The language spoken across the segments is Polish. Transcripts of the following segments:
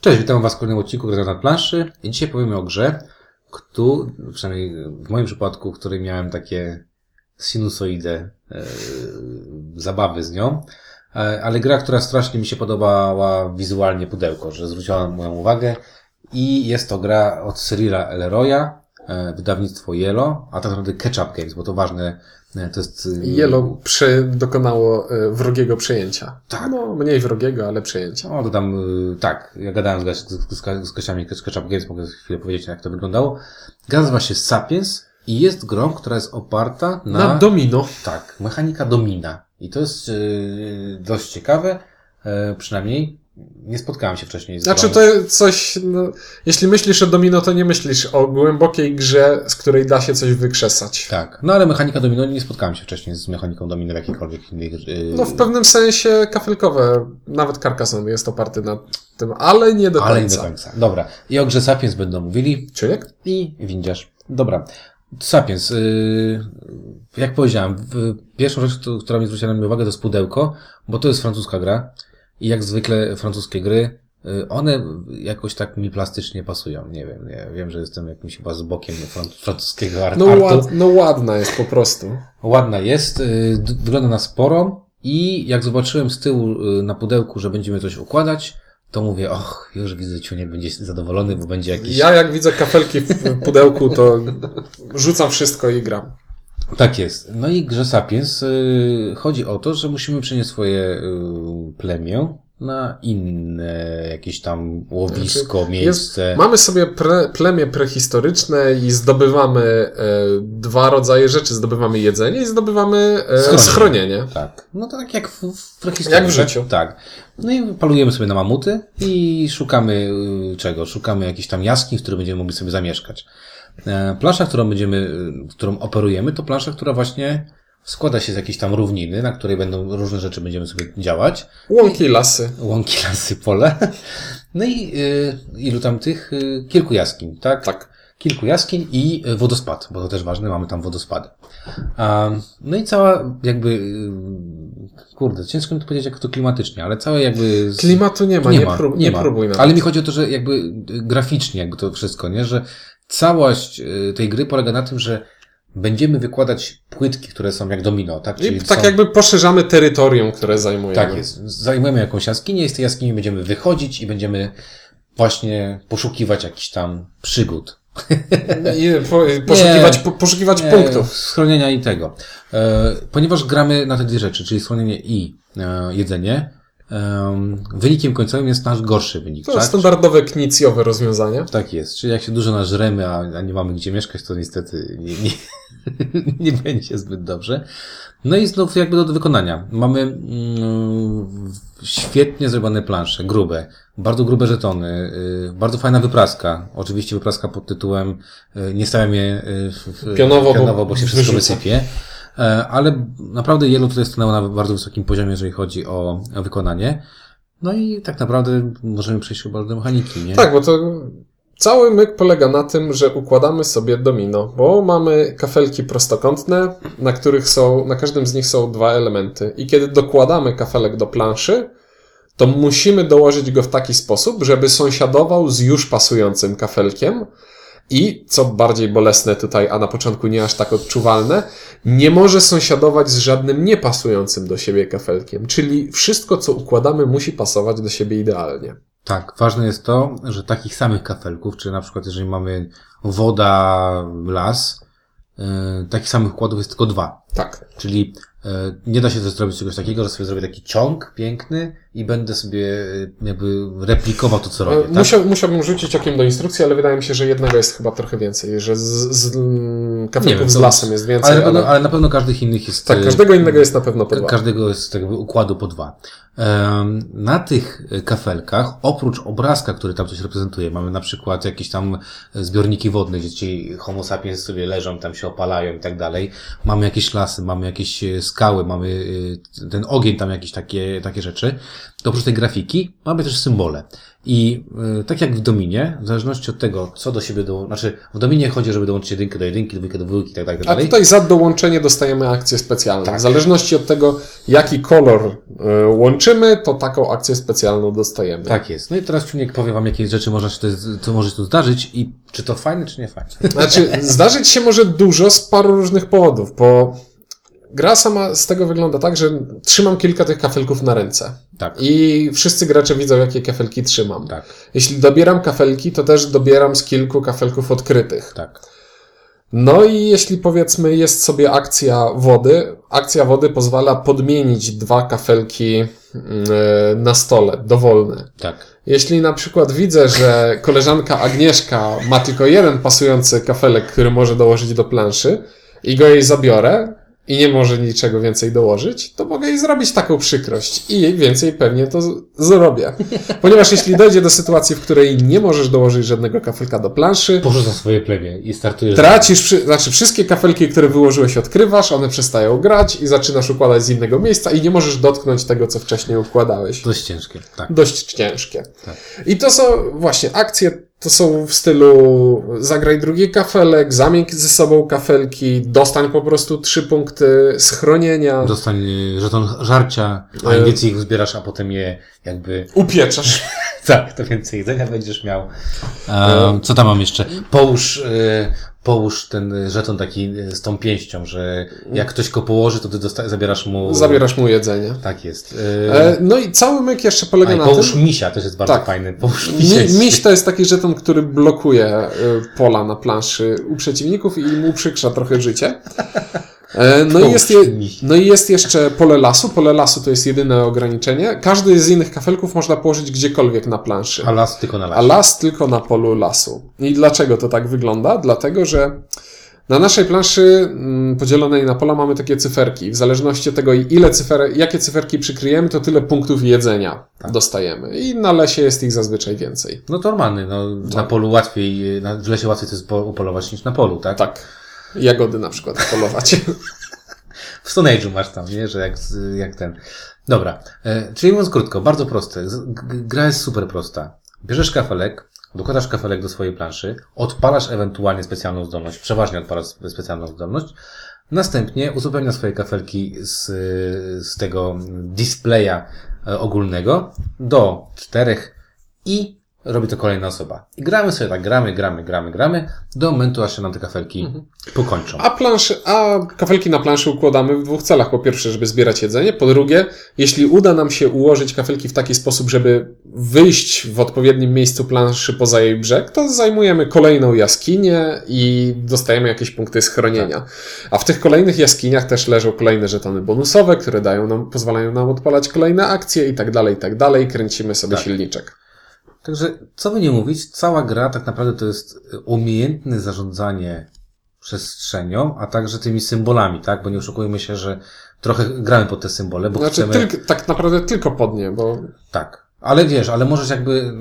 Cześć, witam Was w kolejnym odcinku Gry na planszy i dzisiaj powiemy o grze, przynajmniej w moim przypadku, w której miałem takie sinusoide zabawy z nią, ale gra, która strasznie mi się podobała wizualnie, pudełko, że zwróciła moją uwagę i jest to gra od Cyrila Leroya, wydawnictwo Yellow, a tak naprawdę Ketchup Games, bo to ważne, to jest... Yellow dokonało wrogiego przejęcia. Tak. No, mniej wrogiego, ale przejęcia. No, dodam, tak, ja gadałem z gościami Ketchup Games, mogę chwilę powiedzieć, jak to wyglądało. Gra nazywa się Sapiens i jest grą, która jest oparta na domino. Tak, mechanika domina. I to jest dość ciekawe, przynajmniej nie spotkałem się wcześniej z Znaczy grą. to coś, no, jeśli myślisz o domino, to nie myślisz o głębokiej grze, z której da się coś wykrzesać. Tak, no ale mechanika domino, nie spotkałem się wcześniej z mechaniką domino w jakiejkolwiek innej No w pewnym sensie kafelkowe, nawet Carcassonne jest oparty na tym, ale nie do końca. Ale nie do końca. Dobra. I o grze Sapiens będą mówili. Czyjek? I windziarz. Dobra. Sapiens. Jak powiedziałem, pierwszą rzecz, która mi zwróciła na mnie uwagę, to jest pudełko, bo to jest francuska gra. I jak zwykle francuskie gry, one jakoś tak mi plastycznie pasują. Nie wiem, ja wiem, że jestem jakimś chyba z bokiem francuskiego artu. No ładna jest po prostu. Ładna jest, wygląda na sporo i jak zobaczyłem z tyłu na pudełku, że będziemy coś układać, to mówię, już widzę, Ciuniek będzie zadowolony, bo będzie jakiś... Ja jak widzę kafelki w pudełku, to rzucam wszystko i gram. Tak jest. No i grze Sapiens chodzi o to, że musimy przenieść swoje plemię na inne jakieś tam łowisko, miejsce. Mamy sobie plemię prehistoryczne i zdobywamy dwa rodzaje rzeczy. Zdobywamy jedzenie i zdobywamy schronienie. Tak. No tak jak w prehistorii. Jak w życiu. Tak. No i palujemy sobie na mamuty i szukamy czego? Szukamy jakichś tam jaskiń, w których będziemy mogli sobie zamieszkać. Plansza, którą operujemy, to plansza, która właśnie składa się z jakiejś tam równiny, na której będą różne rzeczy, będziemy sobie działać. Łąki, lasy, pole. No i ilu tam tych? Kilku jaskiń, tak? Tak. Kilku jaskiń i wodospad, bo to też ważne, mamy tam wodospady. No i cała jakby, ciężko mi to powiedzieć jak to klimatycznie, ale całe jakby... Klimatu nie ma, nie próbuj nawet. Ale mi chodzi o to, że jakby graficznie jakby to wszystko, nie? Że całość tej gry polega na tym, że będziemy wykładać płytki, które są jak domino, tak? Czyli tak jakby poszerzamy terytorium, które zajmujemy. Tak jest. Zajmujemy jakąś jaskinię i z tej jaskini będziemy wychodzić i będziemy właśnie poszukiwać jakichś tam przygód. Poszukiwać punktów. Schronienia i tego. Ponieważ gramy na te dwie rzeczy, czyli schronienie i jedzenie, wynikiem końcowym jest nasz gorszy wynik. To jest standardowe knicjowe rozwiązanie. Tak jest. Czyli jak się dużo nażremy, a nie mamy gdzie mieszkać, to niestety nie będzie zbyt dobrze. No i znów jakby do wykonania. Mamy świetnie zrobione plansze, grube, bardzo grube żetony, bardzo fajna wypraska. Oczywiście wypraska pod tytułem nie stawiam je pionowo, bo się wszystko wysypie. Ale naprawdę Yellow tutaj stanęło na bardzo wysokim poziomie, jeżeli chodzi o wykonanie. No i tak naprawdę możemy przejść chyba do mechaniki, nie? Tak, bo to cały myk polega na tym, że układamy sobie domino, bo mamy kafelki prostokątne, na każdym z nich są dwa elementy. I kiedy dokładamy kafelek do planszy, to musimy dołożyć go w taki sposób, żeby sąsiadował z już pasującym kafelkiem. I, co bardziej bolesne tutaj, a na początku nie aż tak odczuwalne, nie może sąsiadować z żadnym niepasującym do siebie kafelkiem. Czyli wszystko, co układamy, musi pasować do siebie idealnie. Tak, ważne jest to, że takich samych kafelków, czy na przykład jeżeli mamy woda, las, takich samych układów jest tylko dwa. Tak. Czyli nie da się też zrobić czegoś takiego, że sobie zrobię taki ciąg piękny i będę sobie jakby replikował to, co robię. Tak? Musiałbym rzucić okiem do instrukcji, ale wydaje mi się, że jednego jest chyba trochę więcej, że kafelków z lasem jest więcej. Ale na pewno każdych innych jest... Tak, każdego innego jest na pewno po dwa. Każdego jest jakby układu po dwa. Na tych kafelkach, oprócz obrazka, który tam coś reprezentuje, mamy na przykład jakieś tam zbiorniki wodne, gdzie ci homo sapiens sobie leżą, tam się opalają i tak dalej. Mamy jakieś lasy, mamy jakieś skały, mamy ten ogień, tam jakieś takie rzeczy. To oprócz tej grafiki mamy też symbole. I tak jak w dominie, w zależności od tego, co do siebie znaczy w dominie chodzi, żeby dołączyć jedynkę do jedynki, dwójkę do dwójki, tak dalej. A tutaj za dołączenie dostajemy akcję specjalną. Tak. W zależności od tego, jaki kolor łączymy, to taką akcję specjalną dostajemy. Tak jest. No i teraz Ciuniek powie wam, jakie rzeczy co może się tu zdarzyć i czy to fajne, czy nie fajne. Znaczy, zdarzyć się może dużo z paru różnych powodów, bo gra sama z tego wygląda tak, że trzymam kilka tych kafelków na ręce. Tak. I wszyscy gracze widzą, jakie kafelki trzymam. Tak. Jeśli dobieram kafelki, to też dobieram z kilku kafelków odkrytych. Tak. No i jeśli powiedzmy jest sobie akcja wody pozwala podmienić 2 kafelki na stole, dowolne. Tak. Jeśli na przykład widzę, że koleżanka Agnieszka ma tylko jeden pasujący kafelek, który może dołożyć do planszy i go jej zabiorę i nie może niczego więcej dołożyć, to mogę jej zrobić taką przykrość i więcej pewnie to zrobię. Ponieważ jeśli dojdzie do sytuacji, w której nie możesz dołożyć żadnego kafelka do planszy, Porzucasz swoje plemię i startujesz. tracisz, znaczy wszystkie kafelki, które wyłożyłeś, odkrywasz, one przestają grać i zaczynasz układać z innego miejsca i nie możesz dotknąć tego, co wcześniej układałeś. Dość ciężkie, tak. Dość ciężkie. Tak. I to są właśnie akcje, to są w stylu zagraj drugi kafelek, zamień ze sobą kafelki, dostań po prostu 3 punkty schronienia. Dostań żeton żarcia, a im więcej ich zbierasz, a potem je jakby... Upieczasz. Tak, to więcej jedzenia będziesz miał. Co tam mam jeszcze? Połóż ten żeton taki z tą pięścią, że jak ktoś go położy, to ty zabierasz mu jedzenie. Tak jest. No i cały myk jeszcze polega na połóż tym... misia, też jest bardzo Tak. fajny. Połóż misia. Miś to jest taki żeton, który blokuje pola na planszy u przeciwników i mu uprzykrza trochę życie. No i jest jeszcze pole lasu. Pole lasu to jest jedyne ograniczenie. Każdy z innych kafelków można położyć gdziekolwiek na planszy. A las tylko na lasie. A las tylko na polu lasu. I dlaczego to tak wygląda? Dlatego, że na naszej planszy podzielonej na pola mamy takie cyferki. W zależności od tego, jakie cyferki przykryjemy, to tyle punktów jedzenia dostajemy. I na lesie jest ich zazwyczaj więcej. No to normalny. Na polu łatwiej, w lesie łatwiej to jest upolować niż na polu, tak? Tak. Jagody na przykład polować. W Stone Age'u masz tam, nie? Że jak ten. Dobra. Czyli mówiąc krótko, bardzo proste. Gra jest super prosta. Bierzesz kafelek, dokładasz kafelek do swojej planszy, odpalasz ewentualnie specjalną zdolność, przeważnie odpalasz specjalną zdolność, następnie uzupełniasz swoje kafelki z tego displaya ogólnego do 4 i robi to kolejna osoba. I gramy sobie tak, gramy, do momentu, aż się nam te kafelki pokończą. A kafelki na planszy układamy w 2 celach. Po pierwsze, żeby zbierać jedzenie. Po drugie, jeśli uda nam się ułożyć kafelki w taki sposób, żeby wyjść w odpowiednim miejscu planszy poza jej brzeg, to zajmujemy kolejną jaskinię i dostajemy jakieś punkty schronienia. Tak. A w tych kolejnych jaskiniach też leżą kolejne żetony bonusowe, które pozwalają nam odpalać kolejne akcje i tak dalej. Kręcimy sobie silniczek. Także, co by nie mówić, cała gra tak naprawdę to jest umiejętne zarządzanie przestrzenią, a także tymi symbolami, tak? Bo nie oszukujmy się, że trochę gramy pod te symbole, bo chcemy... tak naprawdę tylko pod nie, bo... Tak. Ale wiesz, ale możesz jakby,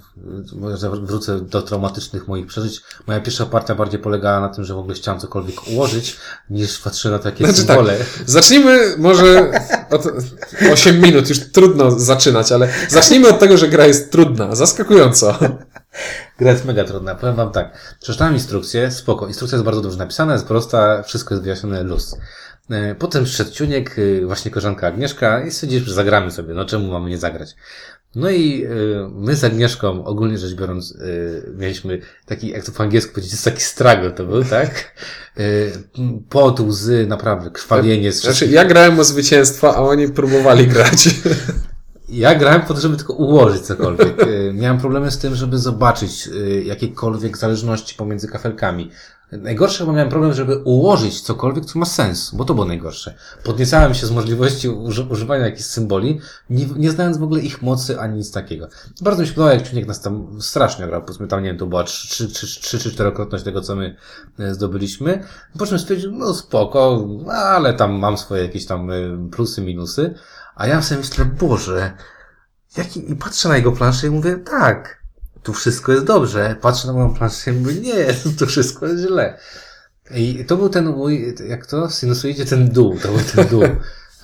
wrócę do traumatycznych moich przeżyć. Moja pierwsza partia bardziej polegała na tym, że w ogóle chciałem cokolwiek ułożyć, niż patrzyłem na takie symbole. Tak. Zacznijmy może od 8 minut, już trudno zaczynać, ale zacznijmy od tego, że gra jest trudna, zaskakująco. Gra jest mega trudna. Powiem wam tak, przeczytałem instrukcję, spoko. Instrukcja jest bardzo dobrze napisana, jest prosta, wszystko jest wyjaśnione, luz. Potem przyszedł Ciuniek, właśnie koleżanka Agnieszka i stwierdziliśmy, że zagramy sobie, czemu mamy nie zagrać? No i my z Agnieszką, ogólnie rzecz biorąc, mieliśmy taki, jak to po angielsku powiedzieć, jest taki struggle to był, tak? Pot, łzy, naprawdę, krwawienie. Znaczy, ja grałem o zwycięstwa, a oni próbowali grać. Ja grałem po to, żeby tylko ułożyć cokolwiek. Miałem problemy z tym, żeby zobaczyć jakiekolwiek zależności pomiędzy kafelkami. Najgorsze chyba miałem problem, żeby ułożyć cokolwiek, co ma sens, bo to było najgorsze. Podniecałem się z możliwości używania jakichś symboli, nie znając w ogóle ich mocy ani nic takiego. Bardzo mi się podobało, jak Ciuniek nas tam strasznie grał, powiedzmy tam, nie wiem, to była 3 czy 4-krotność tego, co my zdobyliśmy. Po czym stwierdził, spoko, ale tam mam swoje jakieś tam plusy, minusy. A ja sobie myślę, Boże, i patrzę na jego planszę i mówię, tak, tu wszystko jest dobrze. Patrzę na moją planszę i mówię, nie, tu wszystko jest źle. I to był ten mój, sinusoidzie ten dół, to był ten dół.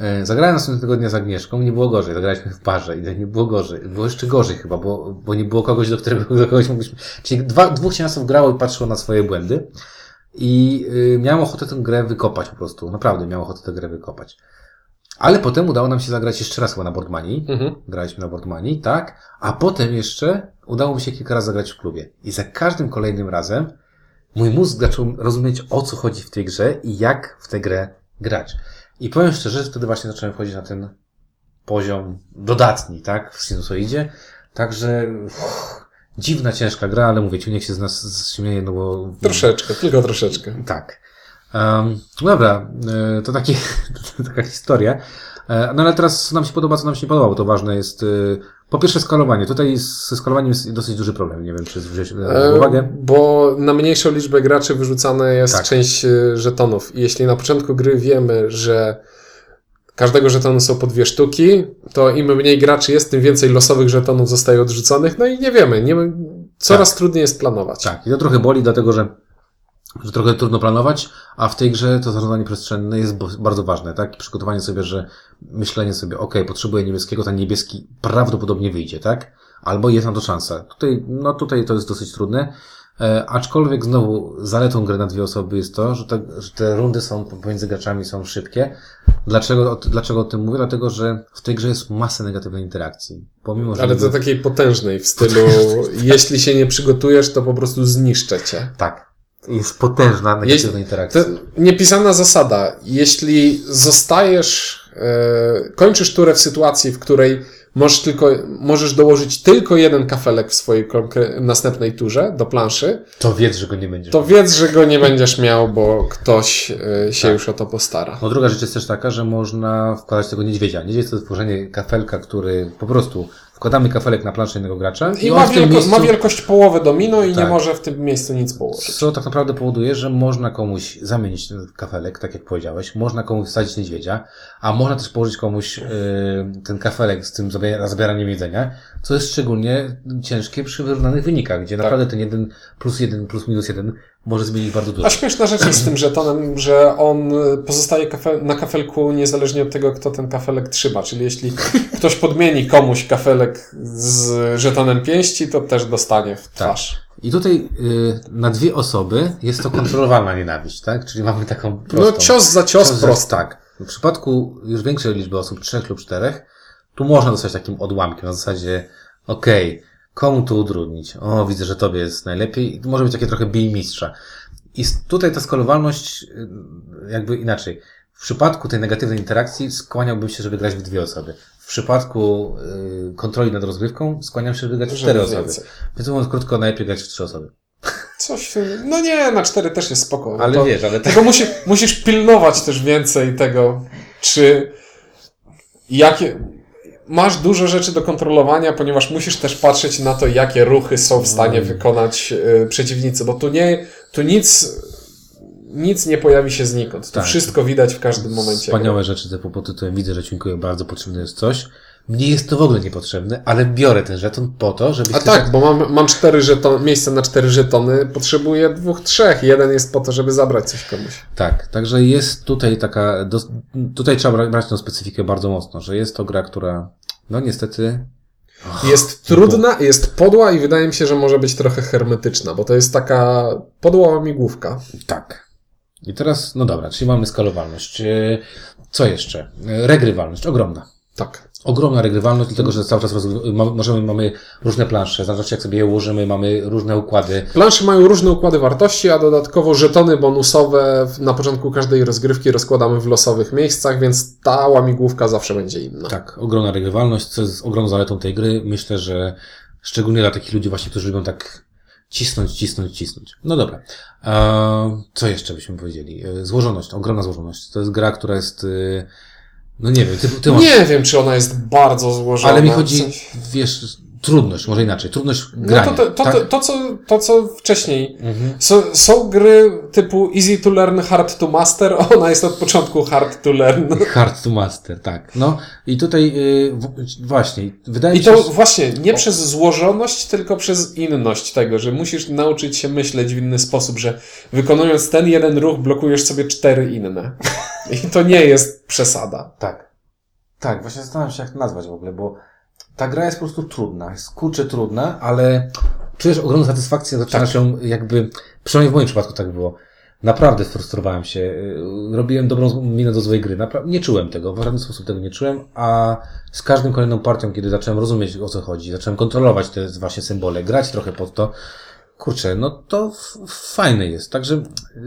Zagrałem następnego dnia z Agnieszką, nie było gorzej. Zagraliśmy w parze i nie było gorzej. Było jeszcze gorzej chyba, bo nie było kogoś, do kogoś mogliśmy... Czyli dwóch cieniasów grało i patrzyło na swoje błędy. I miałem ochotę tę grę wykopać po prostu. Naprawdę miałem ochotę tę grę wykopać. Ale potem udało nam się zagrać jeszcze raz chyba na Boardmanii. Graliśmy na Boardmanii, tak. A potem jeszcze udało mi się kilka razy zagrać w klubie. I za każdym kolejnym razem mój mózg zaczął rozumieć, o co chodzi w tej grze i jak w tę grę grać. I powiem szczerze, że wtedy właśnie zacząłem wchodzić na ten poziom dodatni, tak, w sinusoidzie. Także dziwna, ciężka gra, ale mówię, niech się z nas śmieje, no bo... Troszeczkę, tylko troszeczkę. Tak. Dobra, to taka historia. No ale teraz co nam się podoba, co nam się nie podoba, bo to ważne jest... Po pierwsze skalowanie. Tutaj ze skalowaniem jest dosyć duży problem. Nie wiem, czy zwróciłeś uwagę. Bo na mniejszą liczbę graczy wyrzucane jest część żetonów. I jeśli na początku gry wiemy, że każdego żetonu są po 2 sztuki, to im mniej graczy jest, tym więcej losowych żetonów zostaje odrzuconych. No i nie wiemy. Coraz trudniej jest planować. Tak. I to trochę boli, dlatego że trochę trudno planować, a w tej grze to zarządzanie przestrzenne jest bardzo ważne, tak? I przygotowanie sobie, że myślenie sobie, potrzebuję niebieskiego, ten niebieski prawdopodobnie wyjdzie, tak? Albo jest na to szansa. Tutaj to jest dosyć trudne, aczkolwiek znowu zaletą gry na 2 osoby jest to, że te rundy pomiędzy graczami są szybkie. Dlaczego o tym mówię? Dlatego, że w tej grze jest masę negatywnej interakcji. Ale to takiej potężnej w stylu, jeśli się nie przygotujesz, to po prostu zniszczę cię. Tak. Jest potężna negatywna interakcja. Niepisana zasada. Jeśli kończysz turę w sytuacji, w której możesz dołożyć tylko jeden kafelek w swojej następnej turze do planszy, to wiedz, że go nie będziesz miał. Wiedz, że go nie będziesz miał, bo ktoś się już o to postara. No druga rzecz jest też taka, że można wkładać tego niedźwiedzia. Niedźwiedź to tworzenie kafelka, który po prostu wkładamy kafelek na planszę innego gracza. I ma wielkość połowy domino i nie może w tym miejscu nic położyć. Co tak naprawdę powoduje, że można komuś zamienić ten kafelek, tak jak powiedziałeś, można komuś wsadzić niedźwiedzia, a można też położyć komuś ten kafelek z tym zabieraniem jedzenia, co jest szczególnie ciężkie przy wyrównanych wynikach, gdzie naprawdę ten 1 plus minus 1 może zmienić bardzo dużo. A śmieszna rzecz jest z tym żetonem, że on pozostaje na kafelku niezależnie od tego, kto ten kafelek trzyma. Czyli jeśli ktoś podmieni komuś kafelek z żetonem pięści, to też dostanie w twarz. Tak. I tutaj na 2 osoby jest to kontrolowana nienawiść, tak? Czyli mamy taką prostą... No cios za cios prosto. Tak. W przypadku już większej liczby osób, 3 lub 4, tu można dostać takim odłamkiem na zasadzie komu tu utrudnić? Widzę, że tobie jest najlepiej. I to może być takie trochę bij mistrza. I tutaj ta skalowalność jakby inaczej. W przypadku tej negatywnej interakcji skłaniałbym się, żeby grać w 2 osoby. W przypadku kontroli nad rozgrywką skłaniam się, żeby grać w 4 osoby. Więc mówiąc krótko, najlepiej grać w 3 osoby. Na 4 też jest spoko. Ale Tylko musisz pilnować też więcej tego, masz dużo rzeczy do kontrolowania, ponieważ musisz też patrzeć na to, jakie ruchy są w stanie wykonać przeciwnicy, bo tu nic nie pojawi się znikąd. Tu wszystko widać w każdym momencie. Wspaniałe rzeczy typu pod tytułem widzę, że dziękuję bardzo, potrzebne jest coś. Mnie jest to w ogóle niepotrzebne, ale biorę ten żeton po to, żeby... bo mam 4 żetony, miejsce na 4 żetony, potrzebuję 2, 3. Jeden jest po to, żeby zabrać coś komuś. Tak, także jest tutaj tutaj trzeba brać tą specyfikę bardzo mocno, że jest to gra, która niestety... Jest trudna, jest podła i wydaje mi się, że może być trochę hermetyczna, bo to jest taka podła łamigłówka. Tak. I teraz, czyli mamy skalowalność. Co jeszcze? Regrywalność, ogromna. Tak. Ogromna regrywalność, dlatego że cały czas mamy różne plansze, zależy jak sobie je ułożymy, mamy różne układy. Plansze mają różne układy wartości, a dodatkowo żetony bonusowe na początku każdej rozgrywki rozkładamy w losowych miejscach, więc ta łamigłówka zawsze będzie inna. Tak, ogromna regrywalność, co jest ogromną zaletą tej gry. Myślę, że szczególnie dla takich ludzi właśnie, którzy lubią tak cisnąć. No dobra. Co jeszcze byśmy powiedzieli? Złożoność, ogromna złożoność. To jest gra, która jest... nie wiem, ty masz... Nie wiem, czy ona jest bardzo złożona. Ale mi chodzi, trudność, może inaczej, trudność grania. To co wcześniej. Są gry typu easy to learn, hard to master, ona jest od początku hard to learn. Hard to master, tak. I tutaj właśnie, wydaje mi się... I to właśnie nie przez złożoność, tylko przez inność tego, że musisz nauczyć się myśleć w inny sposób, że wykonując ten jeden ruch blokujesz sobie 4 inne. I to nie jest przesada. Tak. Tak, właśnie zastanawiam się, jak to nazwać w ogóle, bo ta gra jest po prostu trudna, jest kurczę trudna, ale czujesz ogromną satysfakcję, zaczynasz ją jakby, przynajmniej w moim przypadku tak było. Naprawdę frustrowałem się, robiłem dobrą minę do złej gry, nie czułem tego, w żaden sposób tego nie czułem, a z każdą kolejną partią, kiedy zacząłem rozumieć, o co chodzi, zacząłem kontrolować te właśnie symbole, grać trochę pod to, kurczę, no to fajne jest, także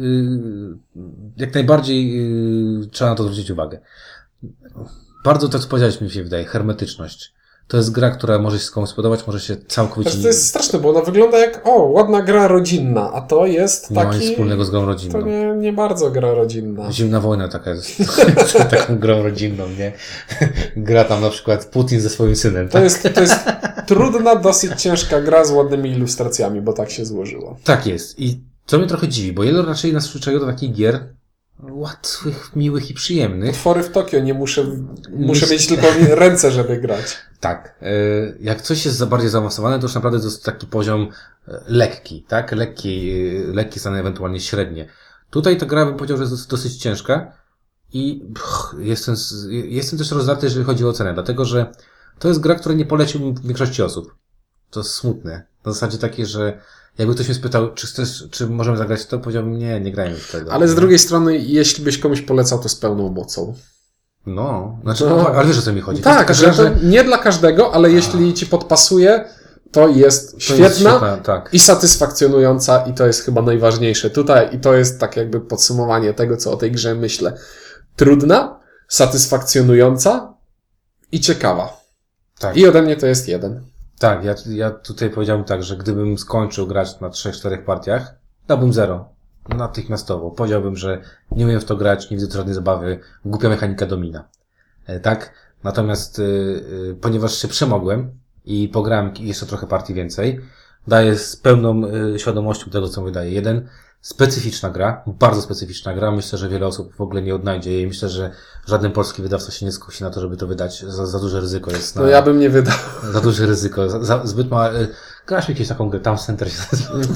jak najbardziej trzeba na to zwrócić uwagę. Bardzo, tak co powiedziałeś, mi się wydaje, hermetyczność. To jest gra, która może się komuś spodobać, może się całkowicie... To jest straszne, bo ona wygląda jak, ładna gra rodzinna, a to jest nie taki... ma nic wspólnego z grą rodzinną. To nie bardzo gra rodzinna. Zimna wojna taka jest taką grą rodzinną, nie? Gra tam na przykład Putin ze swoim synem. To jest trudna, dosyć ciężka gra z ładnymi ilustracjami, bo tak się złożyło. Tak jest. I co mnie trochę dziwi, bo Yellow raczej nas przyczaiło do takich gier łatwych, miłych i przyjemnych. Potwory w Tokio, muszę mieć tylko ręce, żeby grać. Tak. Jak coś jest za bardziej zaawansowane, to już naprawdę to jest taki poziom lekki, tak? Lekkie stany ewentualnie średnie. Tutaj ta gra, bym powiedział, że jest dosyć ciężka i jestem też rozdarty, jeżeli chodzi o ocenę, dlatego, że to jest gra, której nie poleciłbym większości osób. To jest smutne. Na zasadzie takie, że jakby ktoś mnie spytał, czy możemy zagrać to, powiedziałbym, nie grajmy w tego. Ale z drugiej strony, jeśli byś komuś polecał, to z pełną mocą. No, znaczy, ale wiesz, o co mi chodzi. Tak, to że nie dla każdego, ale jeśli ci podpasuje, to jest świetna tak. I satysfakcjonująca i to jest chyba najważniejsze tutaj i to jest tak jakby podsumowanie tego, co o tej grze myślę. Trudna, satysfakcjonująca i ciekawa. Tak. I ode mnie to jest 1. Tak, ja tutaj powiedziałbym tak, że gdybym skończył grać na 3-4 partiach, dałbym 0. Natychmiastowo. Powiedziałbym, że nie umiem w to grać, nie widzę tu żadnej zabawy, głupia mechanika domina. Tak? Natomiast ponieważ się przemogłem i pograłem jeszcze trochę partii więcej, daję z pełną świadomością tego, co mi daje 1. Specyficzna gra, bardzo specyficzna gra. Myślę, że wiele osób w ogóle nie odnajdzie jej. Myślę, że żaden polski wydawca się nie skusi na to, żeby to wydać. Za duże ryzyko jest. No ja bym nie wydał. Za duże ryzyko. Zbyt ma... Grasz jakieś taką grę, Town Center się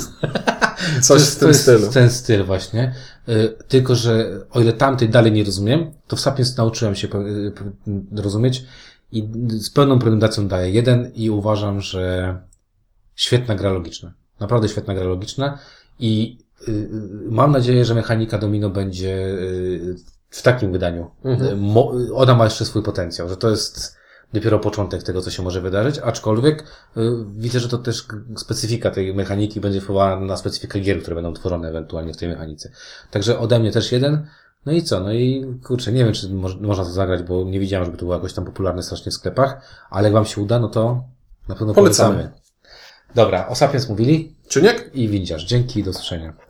Coś w tym stylu. Ten styl właśnie. Tylko, że o ile tamtej dalej nie rozumiem, to w Sapiens nauczyłem się rozumieć i z pełną prenumeracją daję 1 i uważam, że świetna gra logiczna. Naprawdę świetna gra logiczna i mam nadzieję, że mechanika domino będzie w takim wydaniu. Ona ma jeszcze swój potencjał, że to jest dopiero początek tego, co się może wydarzyć, aczkolwiek widzę, że to też specyfika tej mechaniki będzie wpływała na specyfikę gier, które będą tworzone ewentualnie w tej mechanice. Także ode mnie też 1. No i co? No i kurczę, nie wiem, czy można to zagrać, bo nie widziałem, żeby to było jakoś tam popularne strasznie w sklepach, ale jak wam się uda, no to na pewno polecamy. Dobra, o Sapiens mówili. Czyniek? I Windziarz. Dzięki i do usłyszenia.